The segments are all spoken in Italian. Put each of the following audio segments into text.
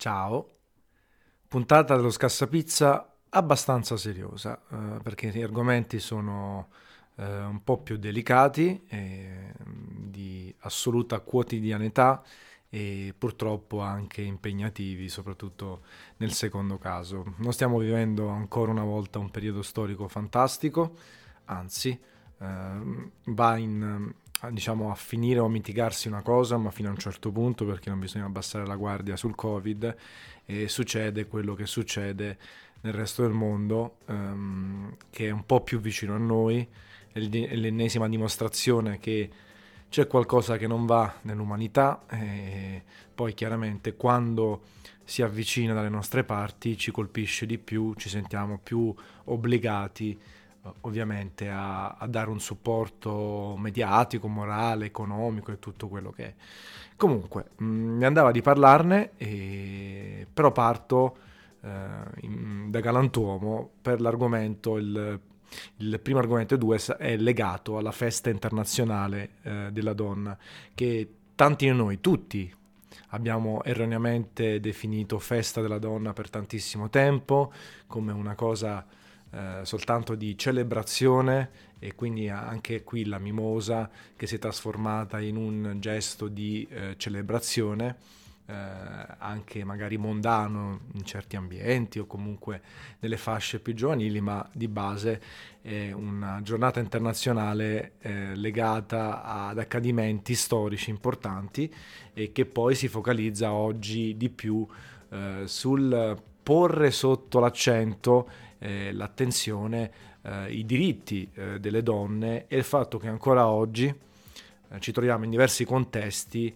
Ciao, puntata dello Scassapizza abbastanza seriosa, perché gli argomenti sono un po' più delicati, di assoluta quotidianità e purtroppo anche impegnativi, soprattutto nel secondo caso. Non stiamo vivendo ancora una volta un periodo storico fantastico, anzi, va diciamo, a finire o a mitigarsi una cosa, ma fino a un certo punto, perché non bisogna abbassare la guardia sul Covid e succede quello che succede nel resto del mondo, che è un po' più vicino a noi, è l'ennesima dimostrazione che c'è qualcosa che non va nell'umanità e poi chiaramente quando si avvicina dalle nostre parti ci colpisce di più, ci sentiamo più obbligati ovviamente a dare un supporto mediatico, morale, economico e tutto quello che è. Comunque, mi andava di parlarne, però parto da galantuomo per l'argomento, il primo argomento due è legato alla festa internazionale della donna, che tanti di noi, tutti, abbiamo erroneamente definito festa della donna per tantissimo tempo, come una cosa soltanto di celebrazione e quindi anche qui la mimosa che si è trasformata in un gesto di celebrazione, anche magari mondano in certi ambienti o comunque nelle fasce più giovanili, ma di base è una giornata internazionale legata ad accadimenti storici importanti e che poi si focalizza oggi di più sul porre sotto l'accento l'attenzione, i diritti delle donne e il fatto che ancora oggi ci troviamo in diversi contesti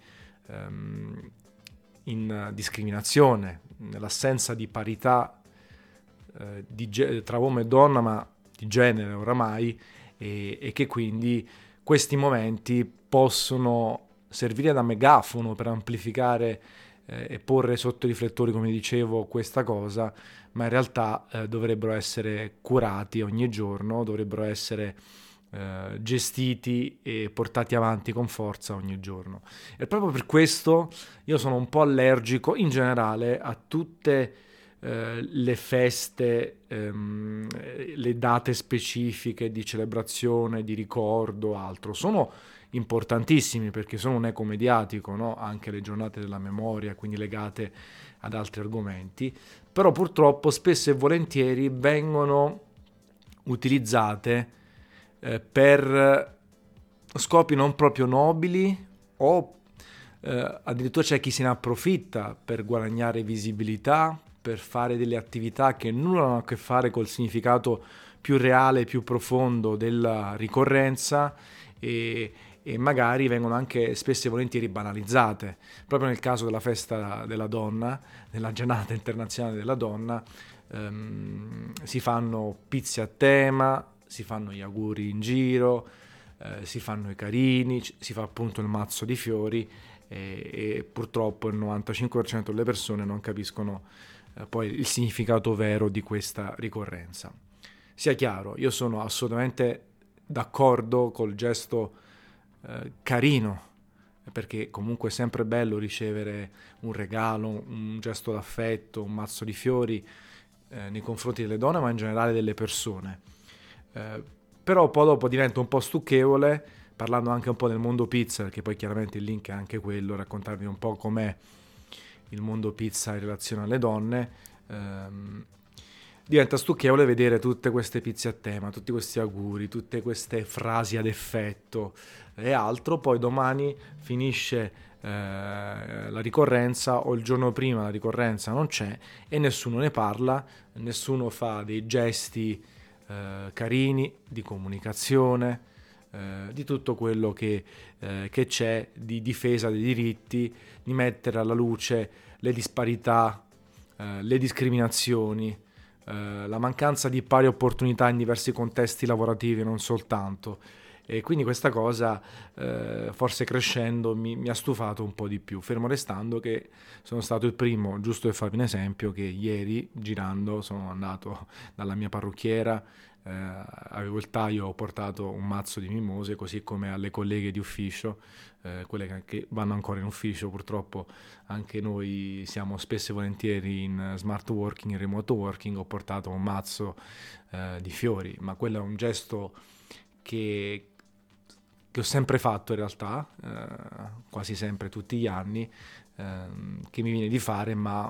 in discriminazione, nell'assenza di parità tra uomo e donna, ma di genere oramai, e che quindi questi momenti possono servire da megafono per amplificare e porre sotto i riflettori, come dicevo, questa cosa, ma in realtà dovrebbero essere curati ogni giorno, dovrebbero essere gestiti e portati avanti con forza ogni giorno. E proprio per questo io sono un po' allergico in generale a tutte le feste, le date specifiche di celebrazione, di ricordo, altro. Sono importantissimi perché sono un eco mediatico, no? Anche le giornate della memoria, quindi legate ad altri argomenti, però purtroppo spesso e volentieri vengono utilizzate per scopi non proprio nobili o addirittura c'è chi se ne approfitta per guadagnare visibilità, per fare delle attività che nulla hanno a che fare col significato più reale, più profondo della ricorrenza e magari vengono anche spesso e volentieri banalizzate. Proprio nel caso della festa della donna, della giornata internazionale della donna, si fanno pizzi a tema, si fanno gli auguri in giro, si fanno i carini, si fa appunto il mazzo di fiori e purtroppo il 95% delle persone non capiscono poi il significato vero di questa ricorrenza. Sia chiaro, io sono assolutamente d'accordo col gesto carino, perché comunque è sempre bello ricevere un regalo, un gesto d'affetto, un mazzo di fiori nei confronti delle donne, ma in generale delle persone. Però poi dopo diventa un po' stucchevole, parlando anche un po' del mondo pizza, perché poi chiaramente il link è anche quello, raccontarvi un po' com'è il mondo pizza in relazione alle donne. Diventa stucchevole vedere tutte queste pizze a tema, tutti questi auguri, tutte queste frasi ad effetto e altro. Poi domani finisce la ricorrenza o il giorno prima la ricorrenza non c'è e nessuno ne parla, nessuno fa dei gesti carini di comunicazione, di tutto quello che c'è di difesa dei diritti, di mettere alla luce le disparità, le discriminazioni, la mancanza di pari opportunità in diversi contesti lavorativi, non soltanto. E quindi questa cosa, forse crescendo, mi ha stufato un po' di più, fermo restando che sono stato il primo, giusto per farvi un esempio, che ieri girando sono andato dalla mia parrucchiera, avevo il taglio, ho portato un mazzo di mimose, così come alle colleghe di ufficio, quelle che vanno ancora in ufficio. Purtroppo anche noi siamo spesso e volentieri in smart working, in remote working. Ho portato un mazzo di fiori, ma quello è un gesto che, che ho sempre fatto in realtà, quasi sempre, tutti gli anni, che mi viene di fare, ma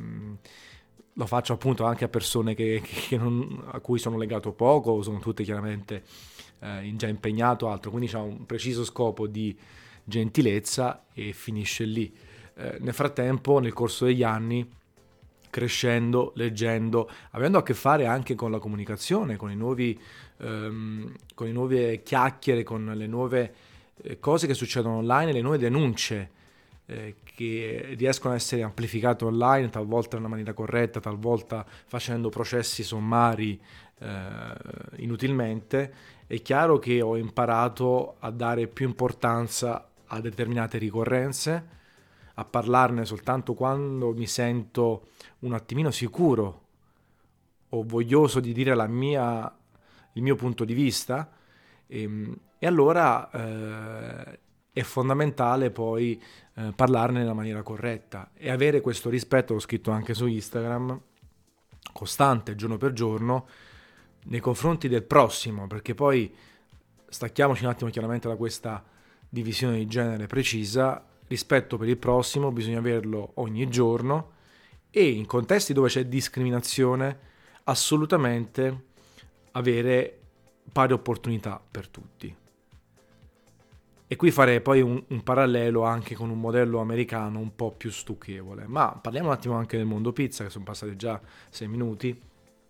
lo faccio appunto anche a persone a cui sono legato poco, o sono tutte chiaramente già impegnato o altro, quindi c'è un preciso scopo di gentilezza e finisce lì. Nel frattempo, nel corso degli anni, crescendo, leggendo, avendo a che fare anche con la comunicazione, con le nuove chiacchiere, con le nuove cose che succedono online, le nuove denunce che riescono a essere amplificate online, talvolta in una maniera corretta, talvolta facendo processi sommari inutilmente. È chiaro che ho imparato a dare più importanza a determinate ricorrenze, a parlarne soltanto quando mi sento un attimino sicuro o voglioso di dire il mio punto di vista, e allora è fondamentale poi parlarne nella maniera corretta e avere questo rispetto, l'ho scritto anche su Instagram, costante giorno per giorno nei confronti del prossimo, perché poi stacchiamoci un attimo chiaramente da questa divisione di genere precisa. Rispetto per il prossimo bisogna averlo ogni giorno, e in contesti dove c'è discriminazione assolutamente avere pari opportunità per tutti. E qui farei poi un parallelo anche con un modello americano un po' più stucchevole. Ma parliamo un attimo anche del mondo pizza, che sono passati già 6 minuti.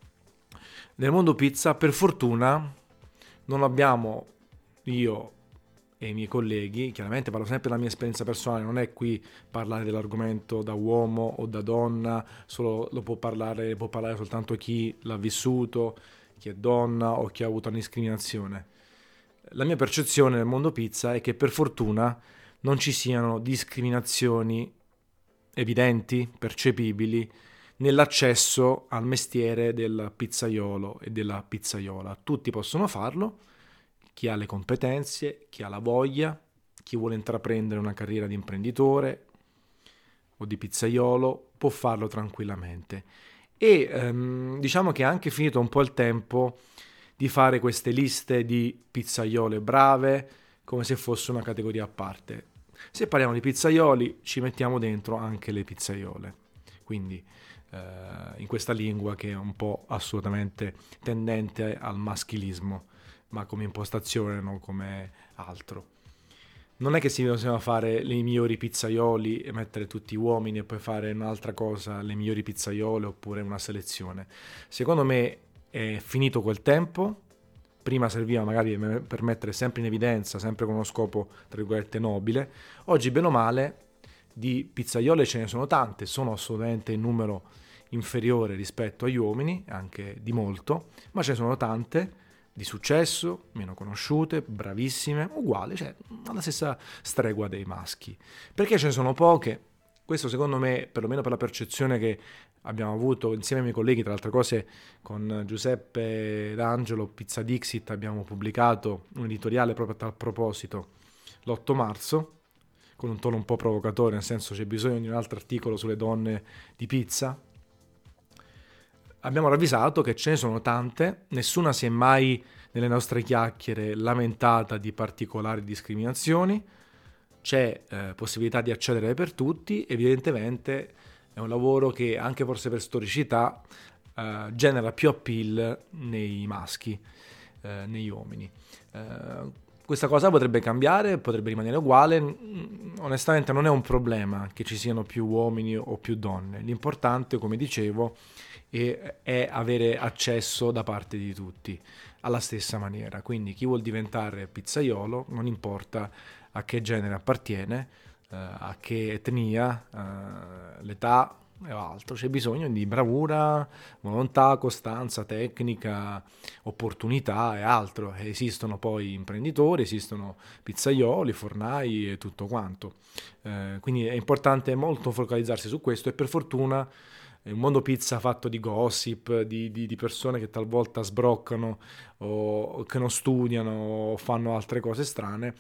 Nel mondo pizza, per fortuna, non abbiamo, io e i miei colleghi, chiaramente parlo sempre della mia esperienza personale, non è qui parlare dell'argomento da uomo o da donna, solo può parlare soltanto chi l'ha vissuto, chi è donna o chi ha avuto una discriminazione. La mia percezione nel mondo pizza è che per fortuna non ci siano discriminazioni evidenti, percepibili, nell'accesso al mestiere del pizzaiolo e della pizzaiola. Tutti possono farlo, chi ha le competenze, chi ha la voglia, chi vuole intraprendere una carriera di imprenditore o di pizzaiolo può farlo tranquillamente. E diciamo che è anche finito un po' il tempo di fare queste liste di pizzaiole brave come se fosse una categoria a parte. Se parliamo di pizzaioli ci mettiamo dentro anche le pizzaiole, quindi in questa lingua che è un po' assolutamente tendente al maschilismo, ma come impostazione, non come altro. Non è che si bisogna fare le migliori pizzaioli e mettere tutti uomini e poi fare un'altra cosa, le migliori pizzaiole, oppure una selezione. Secondo me è finito quel tempo. Prima serviva magari per mettere sempre in evidenza, sempre con uno scopo, tra virgolette, nobile. Oggi, bene o male, di pizzaiole ce ne sono tante, sono assolutamente in numero inferiore rispetto agli uomini, anche di molto, ma ce ne sono tante di successo, meno conosciute, bravissime, uguali, cioè alla stessa stregua dei maschi. Perché ce ne sono poche? Questo secondo me, perlomeno per la percezione che abbiamo avuto insieme ai miei colleghi, tra le altre cose con Giuseppe D'Angelo, Pizza Dixit, abbiamo pubblicato un editoriale proprio a tal proposito l'8 marzo, con un tono un po' provocatore, nel senso c'è bisogno di un altro articolo sulle donne di pizza. Abbiamo ravvisato che ce ne sono tante, nessuna si è mai nelle nostre chiacchiere lamentata di particolari discriminazioni, c'è possibilità di accedere per tutti, evidentemente è un lavoro che anche forse per storicità genera più appeal nei maschi, negli uomini. Questa cosa potrebbe cambiare, potrebbe rimanere uguale, onestamente non è un problema che ci siano più uomini o più donne, l'importante, come dicevo, è avere accesso da parte di tutti alla stessa maniera. Quindi chi vuol diventare pizzaiolo, non importa a che genere appartiene, a che etnia, l'età, e altro. C'è bisogno di bravura, volontà, costanza, tecnica, opportunità e altro. E esistono poi imprenditori, esistono pizzaioli, fornai e tutto quanto. Quindi è importante molto focalizzarsi su questo, e per fortuna è un mondo pizza fatto di gossip, di persone che talvolta sbroccano o che non studiano o fanno altre cose strane.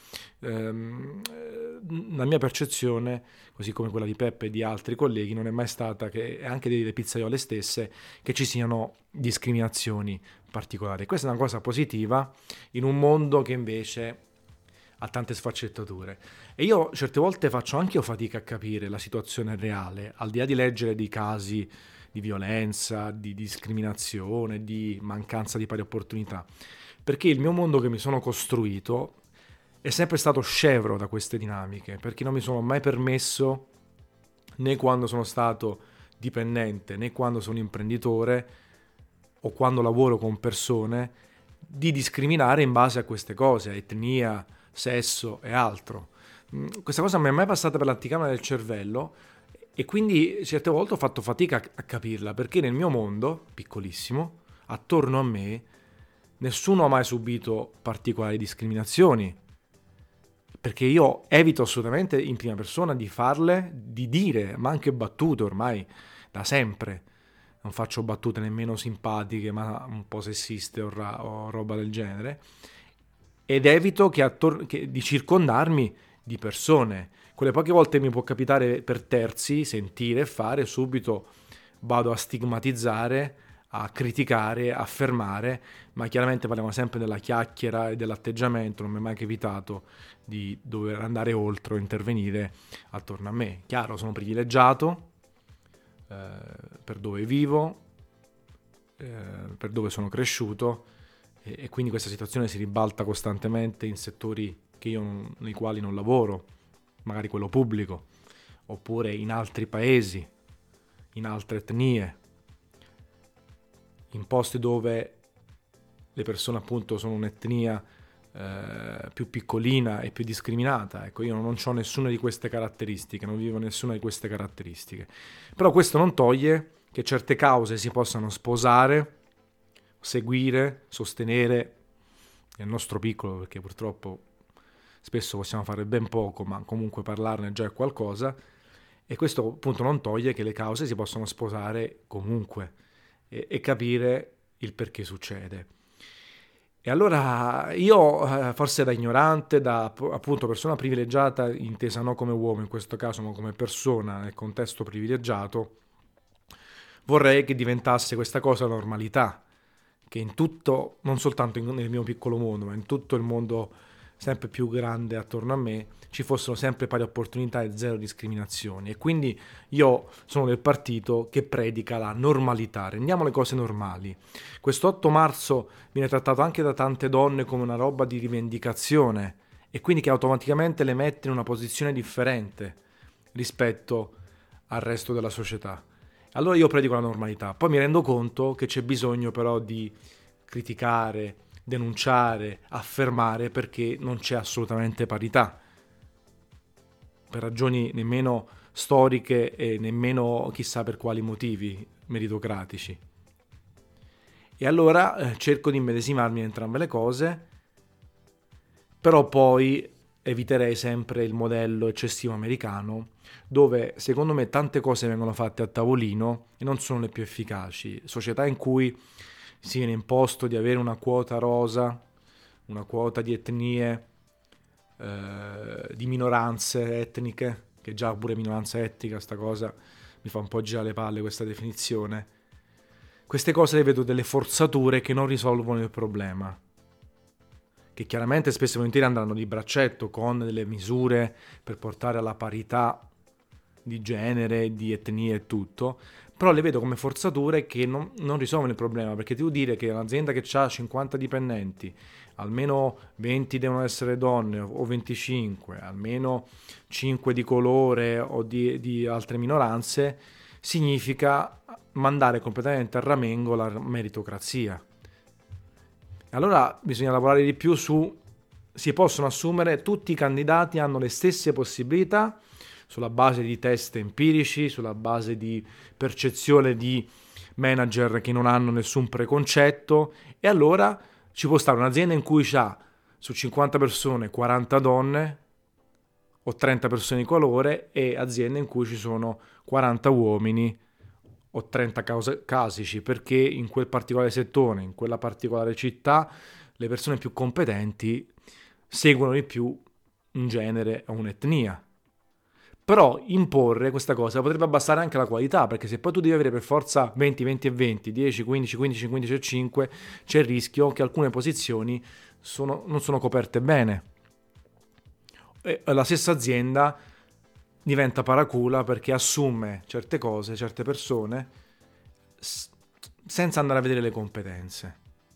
La mia percezione, così come quella di Peppe e di altri colleghi, non è mai stata, che anche delle pizzaiole stesse, che ci siano discriminazioni particolari. Questa è una cosa positiva in un mondo che invece ha tante sfaccettature. E io certe volte faccio anche io fatica a capire la situazione reale, al di là di leggere di casi di violenza, di discriminazione, di mancanza di pari opportunità, perché il mio mondo che mi sono costruito è sempre stato scevro da queste dinamiche, perché non mi sono mai permesso, né quando sono stato dipendente, né quando sono imprenditore o quando lavoro con persone, di discriminare in base a queste cose, etnia, sesso e altro. Questa cosa non mi è mai passata per l'anticamera del cervello, e quindi certe volte ho fatto fatica a capirla, perché nel mio mondo, piccolissimo, attorno a me, nessuno ha mai subito particolari discriminazioni, perché io evito assolutamente in prima persona di farle, di dire, ma anche battute ormai da sempre. Non faccio battute nemmeno simpatiche, ma un po' sessiste o roba del genere. Ed evito di circondarmi di persone. Quelle poche volte mi può capitare per terzi sentire e fare, subito vado a stigmatizzare, a criticare, a fermare, ma chiaramente parliamo sempre della chiacchiera e dell'atteggiamento, non mi è mai capitato di dover andare oltre o intervenire attorno a me. Chiaro, sono privilegiato per dove vivo, per dove sono cresciuto, e quindi questa situazione si ribalta costantemente in settori nei quali non lavoro, magari quello pubblico, oppure in altri paesi, in altre etnie, in posti dove le persone appunto sono un'etnia più piccolina e più discriminata. Ecco, io non ho nessuna di queste caratteristiche, non vivo nessuna di queste caratteristiche. Però questo non toglie che certe cause si possano sposare, seguire, sostenere nel nostro piccolo, perché purtroppo spesso possiamo fare ben poco, ma comunque parlarne già è qualcosa, e questo appunto non toglie che le cause si possono sposare comunque e capire il perché succede. E allora io, forse da ignorante, da appunto persona privilegiata, intesa non come uomo in questo caso, ma come persona nel contesto privilegiato, vorrei che diventasse questa cosa normalità, che in tutto, non soltanto nel mio piccolo mondo, ma in tutto il mondo sempre più grande attorno a me, ci fossero sempre pari opportunità e zero discriminazioni. E quindi io sono del partito che predica la normalità, rendiamo le cose normali. Questo 8 marzo viene trattato anche da tante donne come una roba di rivendicazione, e quindi che automaticamente le mette in una posizione differente rispetto al resto della società. Allora io predico la normalità, poi mi rendo conto che c'è bisogno però di criticare, denunciare, affermare, perché non c'è assolutamente parità, per ragioni nemmeno storiche e nemmeno chissà per quali motivi meritocratici. E allora cerco di immedesimarmi in entrambe le cose, però poi eviterei sempre il modello eccessivo americano, dove secondo me tante cose vengono fatte a tavolino e non sono le più efficaci. Società in cui si viene imposto di avere una quota rosa, una quota di etnie, di minoranze etniche, che già pure minoranza etnica, sta cosa mi fa un po' girare le palle, questa definizione. Queste cose le vedo delle forzature che non risolvono il problema, che chiaramente spesso e volentieri andranno di braccetto con delle misure per portare alla parità di genere, di etnie e tutto, però le vedo come forzature che non risolvono il problema, perché devo dire che un'azienda che ha 50 dipendenti, almeno 20 devono essere donne o 25, almeno 5 di colore o di altre minoranze, significa mandare completamente a ramengo la meritocrazia. Allora bisogna lavorare di più si possono assumere, tutti i candidati hanno le stesse possibilità, sulla base di test empirici, sulla base di percezione di manager che non hanno nessun preconcetto, e allora ci può stare un'azienda in cui c'ha su 50 persone 40 donne o 30 persone di colore, e aziende in cui ci sono 40 uomini o 30 casici, perché in quel particolare settore, in quella particolare città, le persone più competenti seguono di più un genere o un'etnia. Però imporre questa cosa potrebbe abbassare anche la qualità, perché se poi tu devi avere per forza 20, 20 e 20, 10, 15, 15, 15 e 5, c'è il rischio che alcune posizioni non sono coperte bene. E la stessa azienda diventa paracula perché assume certe cose, certe persone, senza andare a vedere le competenze.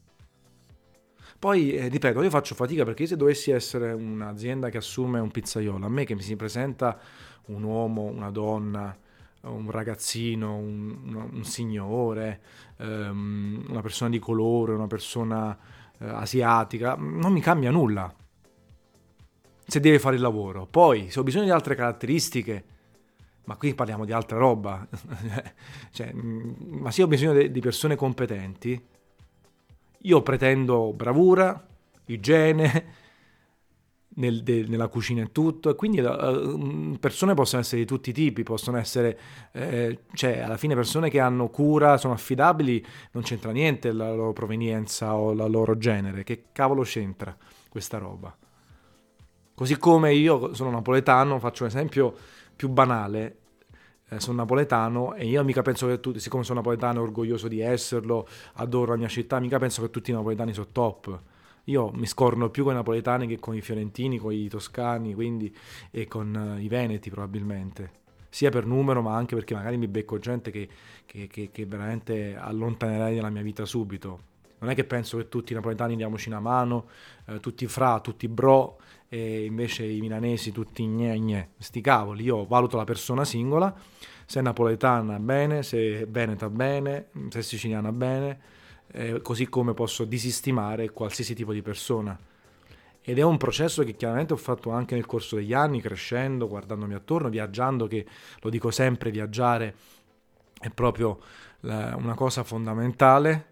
Poi, ripeto, io faccio fatica, perché se dovessi essere un'azienda che assume un pizzaiolo, a me che mi si presenta un uomo, una donna, un ragazzino, un signore, una persona di colore, una persona asiatica, non mi cambia nulla se deve fare il lavoro. Poi, se ho bisogno di altre caratteristiche, ma qui parliamo di altra roba, cioè, ma se ho bisogno di persone competenti, io pretendo bravura, igiene, nella cucina e tutto, e quindi persone possono essere di tutti i tipi, possono essere, cioè alla fine persone che hanno cura, sono affidabili, non c'entra niente la loro provenienza o la loro genere, che cavolo c'entra questa roba? Così come io sono napoletano, faccio un esempio più banale, sono napoletano e io mica penso che tutti, siccome sono napoletano e orgoglioso di esserlo, adoro la mia città, mica penso che tutti i napoletani sono top. Io mi scorno più con i napoletani che con i fiorentini, con i toscani, quindi, e con i veneti probabilmente. Sia per numero, ma anche perché magari mi becco gente che veramente allontanerei dalla mia vita subito. Non è che penso che tutti i napoletani diamoci una mano, tutti fra, tutti bro, e invece i milanesi tutti gne gne. Sti cavoli, io valuto la persona singola, se è napoletana bene, se è veneta bene, se è siciliana bene, così come posso disistimare qualsiasi tipo di persona. Ed è un processo che chiaramente ho fatto anche nel corso degli anni, crescendo, guardandomi attorno, viaggiando, che lo dico sempre, viaggiare è proprio una cosa fondamentale.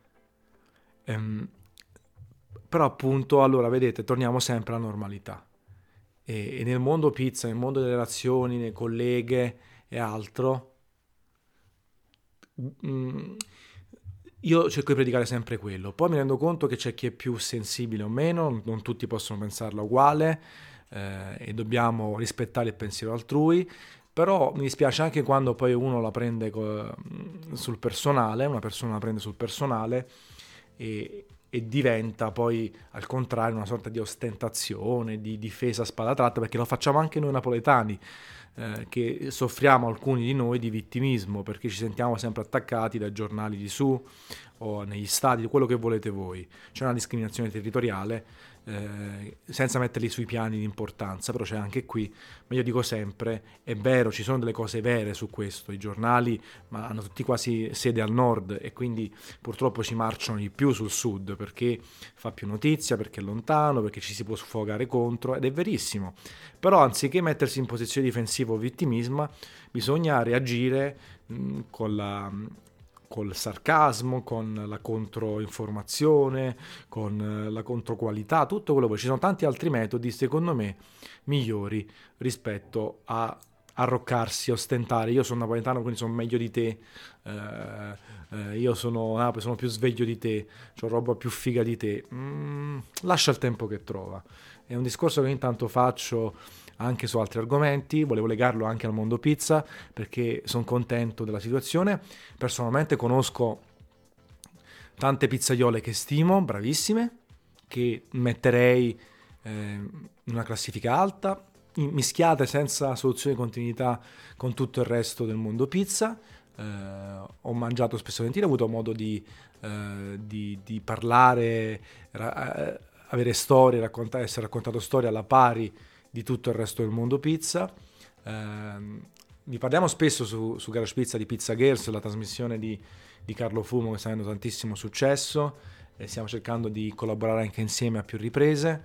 Però appunto, allora vedete, torniamo sempre alla normalità. E nel mondo pizza, nel mondo delle relazioni, nelle colleghe e altro, io cerco di predicare sempre quello. Poi mi rendo conto che c'è chi è più sensibile o meno, non tutti possono pensarla uguale, e dobbiamo rispettare il pensiero altrui. Però mi dispiace anche quando poi uno la prende sul personale, una persona la prende sul personale, e diventa poi al contrario una sorta di ostentazione, di difesa a spada tratta, perché lo facciamo anche noi napoletani, che soffriamo, alcuni di noi, di vittimismo, perché ci sentiamo sempre attaccati dai giornali di su o negli stadi, quello che volete voi. C'è una discriminazione territoriale, senza metterli sui piani di importanza, però c'è anche qui. Ma io dico sempre, è vero, ci sono delle cose vere su questo, i giornali ma hanno tutti quasi sede al nord, e quindi purtroppo ci marciano di più sul sud, perché fa più notizia, perché è lontano, perché ci si può sfogare contro, ed è verissimo. Però anziché mettersi in posizione difensiva o vittimismo, bisogna reagire col sarcasmo, con la controinformazione, con la controqualità, tutto quello che ci sono tanti altri metodi, secondo me, migliori rispetto a arroccarsi, ostentare. Io sono napoletano, quindi sono meglio di te, io sono Napoli, sono più sveglio di te, ho roba più figa di te. Lascia il tempo che trova. È un discorso che intanto faccio anche su altri argomenti, volevo legarlo anche al mondo pizza perché sono contento della situazione. Personalmente conosco tante pizzaiole che stimo, bravissime, che metterei in una classifica alta, mischiate senza soluzione di continuità con tutto il resto del mondo pizza. Ho mangiato spesso e volentieri, ho avuto modo di parlare, avere storie, essere raccontato storie alla pari di tutto il resto del mondo pizza. Vi parliamo spesso su Garage Pizza di Pizza Girls, la trasmissione di Carlo Fumo, che sta avendo tantissimo successo, e stiamo cercando di collaborare anche insieme a più riprese.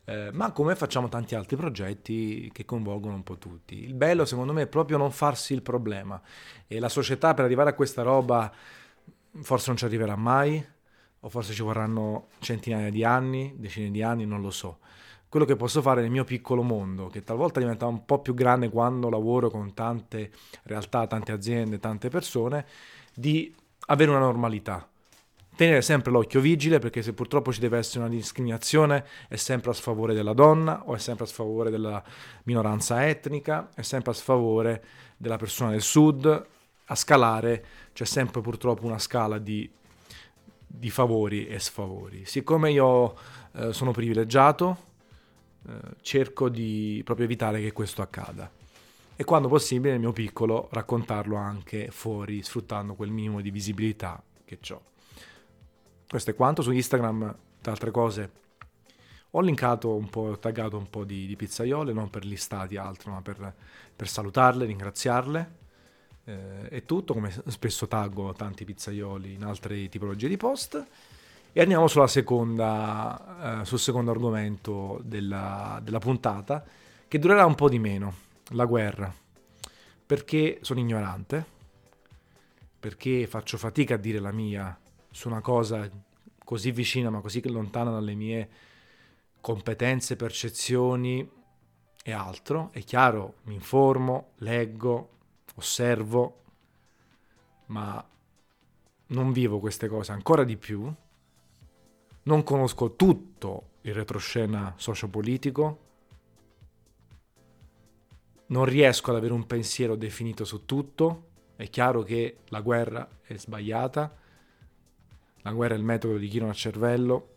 ma come facciamo tanti altri progetti che coinvolgono un po' tutti. Il bello secondo me è proprio non farsi il problema, e la società per arrivare a questa roba forse non ci arriverà mai, o forse ci vorranno centinaia di anni, decine di anni, non lo so. Quello che posso fare nel mio piccolo mondo, che talvolta diventa un po' più grande quando lavoro con tante realtà, tante aziende, tante persone, di avere una normalità. Tenere sempre l'occhio vigile, perché se purtroppo ci deve essere una discriminazione è sempre a sfavore della donna, o è sempre a sfavore della minoranza etnica, è sempre a sfavore della persona del sud. A scalare c'è sempre purtroppo una scala di favori e sfavori. Siccome io sono privilegiato, cerco di proprio evitare che questo accada, e quando possibile nel mio piccolo raccontarlo anche fuori, sfruttando quel minimo di visibilità che ho. Questo è quanto. Su Instagram, tra altre cose, ho linkato un po', ho taggato un po' di pizzaiole, non per listati altro, ma per salutarle, ringraziarle. È tutto, come spesso taggo tanti pizzaioli in altre tipologie di post. E andiamo sul secondo argomento della puntata, che durerà un po' di meno, la guerra. Perché sono ignorante, perché faccio fatica a dire la mia su una cosa così vicina ma così lontana dalle mie competenze, percezioni e altro. È chiaro, mi informo, leggo, osservo, ma non vivo queste cose ancora di più. Non conosco tutto il retroscena sociopolitico, non riesco ad avere un pensiero definito su tutto. È chiaro che la guerra è sbagliata, la guerra è il metodo di chi non ha cervello,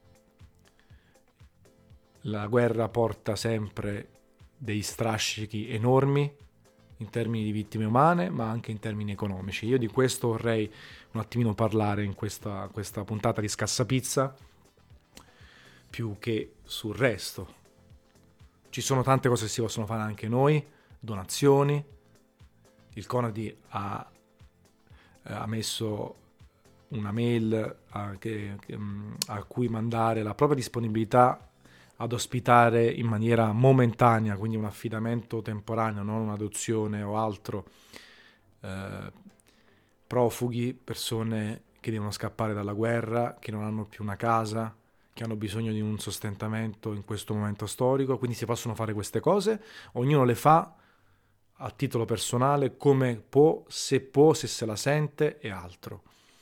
la guerra porta sempre dei strascichi enormi in termini di vittime umane, ma anche in termini economici. Io di questo vorrei un attimino parlare in questa puntata di Scassapizza, più che sul resto. Ci sono tante cose che si possono fare anche noi, donazioni. Il Conadi ha messo una mail a cui mandare la propria disponibilità ad ospitare in maniera momentanea, quindi un affidamento temporaneo, non un'adozione o altro, profughi, persone che devono scappare dalla guerra, che non hanno più una casa, che hanno bisogno di un sostentamento in questo momento storico. Quindi si possono fare queste cose, ognuno le fa a titolo personale, come può, se se la sente e altro.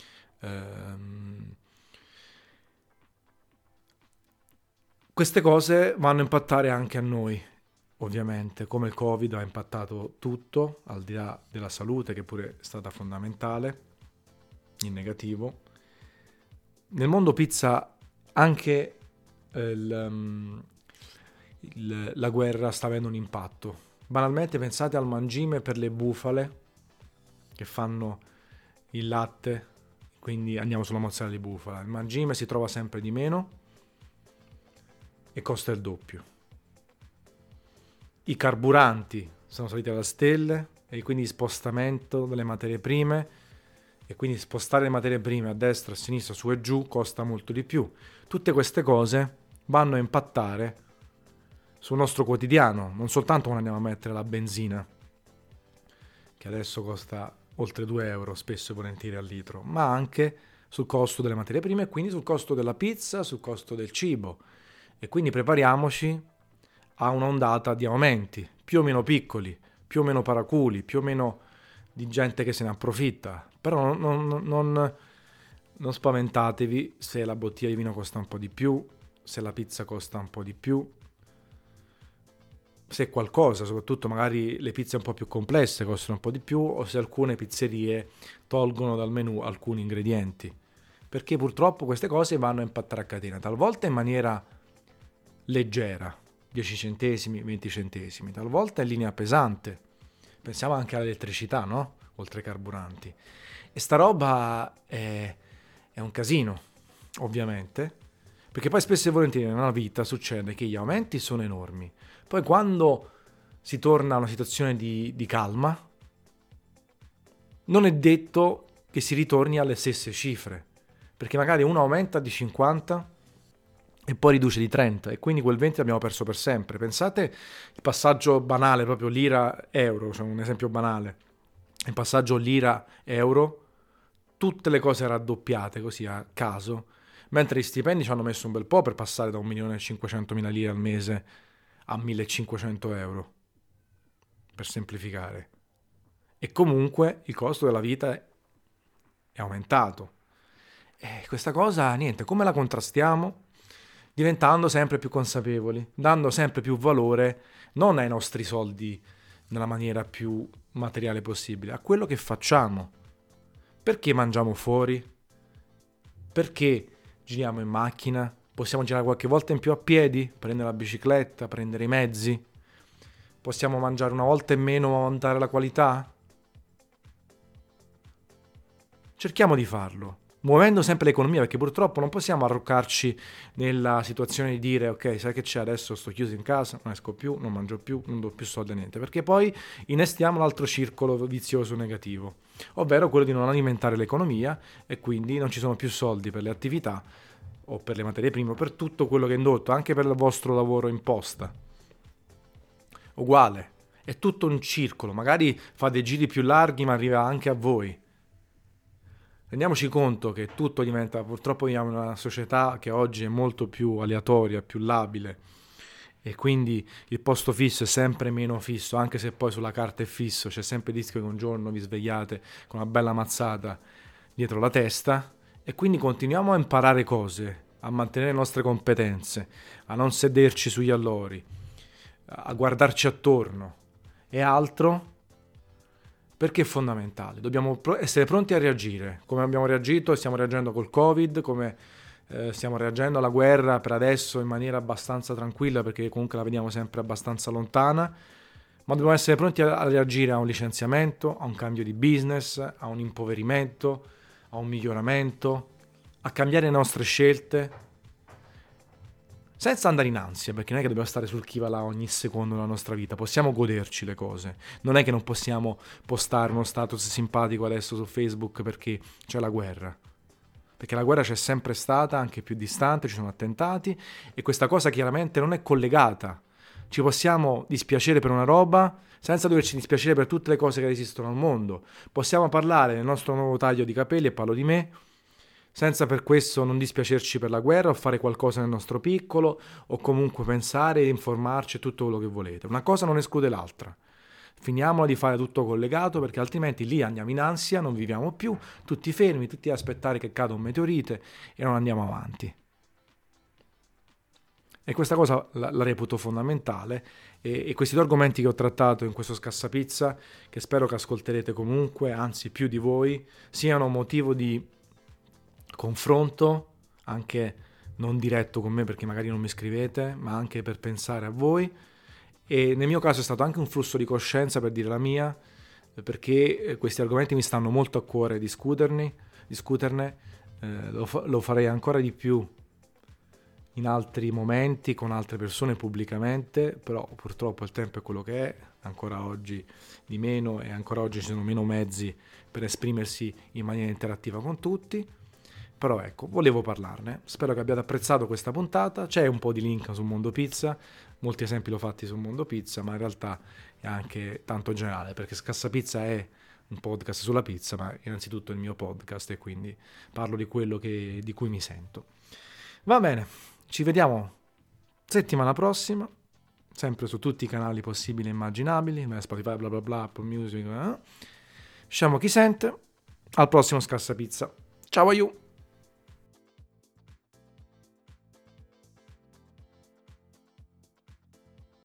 Queste cose vanno a impattare anche a noi, ovviamente, come il Covid ha impattato tutto, al di là della salute, che pure è stata fondamentale, in negativo. Nel mondo pizza anche la guerra sta avendo un impatto. Banalmente pensate al mangime per le bufale che fanno il latte, quindi andiamo sulla mozzarella di bufala. Il mangime si trova sempre di meno e costa il doppio. I carburanti sono saliti alle stelle, e quindi spostamento delle materie prime, e quindi spostare le materie prime a destra, a sinistra, su e giù costa molto di più. Tutte queste cose vanno a impattare sul nostro quotidiano, non soltanto quando andiamo a mettere la benzina, che adesso costa oltre 2 euro spesso e volentieri al litro, ma anche sul costo delle materie prime, e quindi sul costo della pizza, sul costo del cibo. E quindi prepariamoci a un'ondata di aumenti, più o meno piccoli, più o meno paraculi, più o meno di gente che se ne approfitta. Però non spaventatevi se la bottiglia di vino costa un po' di più, se la pizza costa un po' di più, se qualcosa, soprattutto magari le pizze un po' più complesse costano un po' di più, o se alcune pizzerie tolgono dal menù alcuni ingredienti, perché purtroppo queste cose vanno a impattare a catena, talvolta in maniera leggera, 10 centesimi, 20 centesimi, talvolta in linea pesante. Pensiamo anche all'elettricità, no? Oltre ai carburanti. E sta roba è un casino, ovviamente, perché poi spesso e volentieri nella vita succede che gli aumenti sono enormi. Poi quando si torna a una situazione di calma, non è detto che si ritorni alle stesse cifre, perché magari uno aumenta di 50 e poi riduce di 30 e quindi quel 20 l'abbiamo perso per sempre. Pensate il passaggio banale, proprio lira-euro, cioè un esempio banale, il passaggio lira-euro, tutte le cose raddoppiate così a caso, mentre gli stipendi ci hanno messo un bel po' per passare da 1.500.000 lire al mese a 1.500 euro, per semplificare. E comunque il costo della vita è aumentato. E questa cosa, niente, come la contrastiamo? Diventando sempre più consapevoli, dando sempre più valore non ai nostri soldi nella maniera più materiale possibile, a quello che facciamo. Perché mangiamo fuori? Perché giriamo in macchina? Possiamo girare qualche volta in più a piedi? Prendere la bicicletta, prendere i mezzi? Possiamo mangiare una volta in meno ma aumentare la qualità? Cerchiamo di farlo, muovendo sempre l'economia, perché purtroppo non possiamo arroccarci nella situazione di dire ok, sai che c'è, adesso sto chiuso in casa, non esco più, non mangio più, non do più soldi a niente, perché poi innestiamo l'altro circolo vizioso negativo, ovvero quello di non alimentare l'economia e quindi non ci sono più soldi per le attività o per le materie prime o per tutto quello che è indotto, anche per il vostro lavoro in posta. Uguale, è tutto un circolo, magari fa dei giri più larghi ma arriva anche a voi. Rendiamoci conto che tutto diventa, purtroppo viviamo in una società che oggi è molto più aleatoria, più labile e quindi il posto fisso è sempre meno fisso, anche se poi sulla carta è fisso, c'è sempre il rischio che un giorno vi svegliate con una bella mazzata dietro la testa e quindi continuiamo a imparare cose, a mantenere le nostre competenze, a non sederci sugli allori, a guardarci attorno e altro. Perché è fondamentale, dobbiamo essere pronti a reagire, come abbiamo reagito e stiamo reagendo col Covid, come stiamo reagendo alla guerra per adesso in maniera abbastanza tranquilla perché comunque la vediamo sempre abbastanza lontana, ma dobbiamo essere pronti a reagire a un licenziamento, a un cambio di business, a un impoverimento, a un miglioramento, a cambiare le nostre scelte, senza andare in ansia, perché non è che dobbiamo stare sul chi va là ogni secondo della nostra vita, possiamo goderci le cose. Non è che non possiamo postare uno status simpatico adesso su Facebook perché c'è la guerra. Perché la guerra c'è sempre stata, anche più distante, ci sono attentati e questa cosa chiaramente non è collegata. Ci possiamo dispiacere per una roba senza doverci dispiacere per tutte le cose che esistono al mondo. Possiamo parlare del nostro nuovo taglio di capelli, e parlo di me, senza per questo non dispiacerci per la guerra o fare qualcosa nel nostro piccolo o comunque pensare e informarci e tutto quello che volete. Una cosa non esclude l'altra. Finiamola di fare tutto collegato perché altrimenti lì andiamo in ansia, non viviamo più, tutti fermi, tutti ad aspettare che cada un meteorite e non andiamo avanti. E questa cosa la reputo fondamentale e questi due argomenti che ho trattato in questo Scassapizza, che spero che ascolterete comunque, anzi più di voi, siano motivo di confronto, anche non diretto con me perché magari non mi scrivete, ma anche per pensare a voi. E nel mio caso è stato anche un flusso di coscienza per dire la mia, perché questi argomenti mi stanno molto a cuore discuterne, lo farei ancora di più in altri momenti con altre persone pubblicamente, però purtroppo il tempo è quello che è, ancora oggi di meno e ancora oggi ci sono meno mezzi per esprimersi in maniera interattiva con tutti. Però ecco, volevo parlarne, spero che abbiate apprezzato questa puntata, c'è un po' di link su Mondo Pizza, molti esempi l'ho fatti su Mondo Pizza, ma in realtà è anche tanto generale, perché Scassapizza è un podcast sulla pizza, ma innanzitutto è il mio podcast e quindi parlo di quello di cui mi sento. Va bene, ci vediamo settimana prossima, sempre su tutti i canali possibili e immaginabili, Spotify, bla bla bla, Apple Music, Sciamo chi sente, al prossimo Scassapizza. Ciao a you!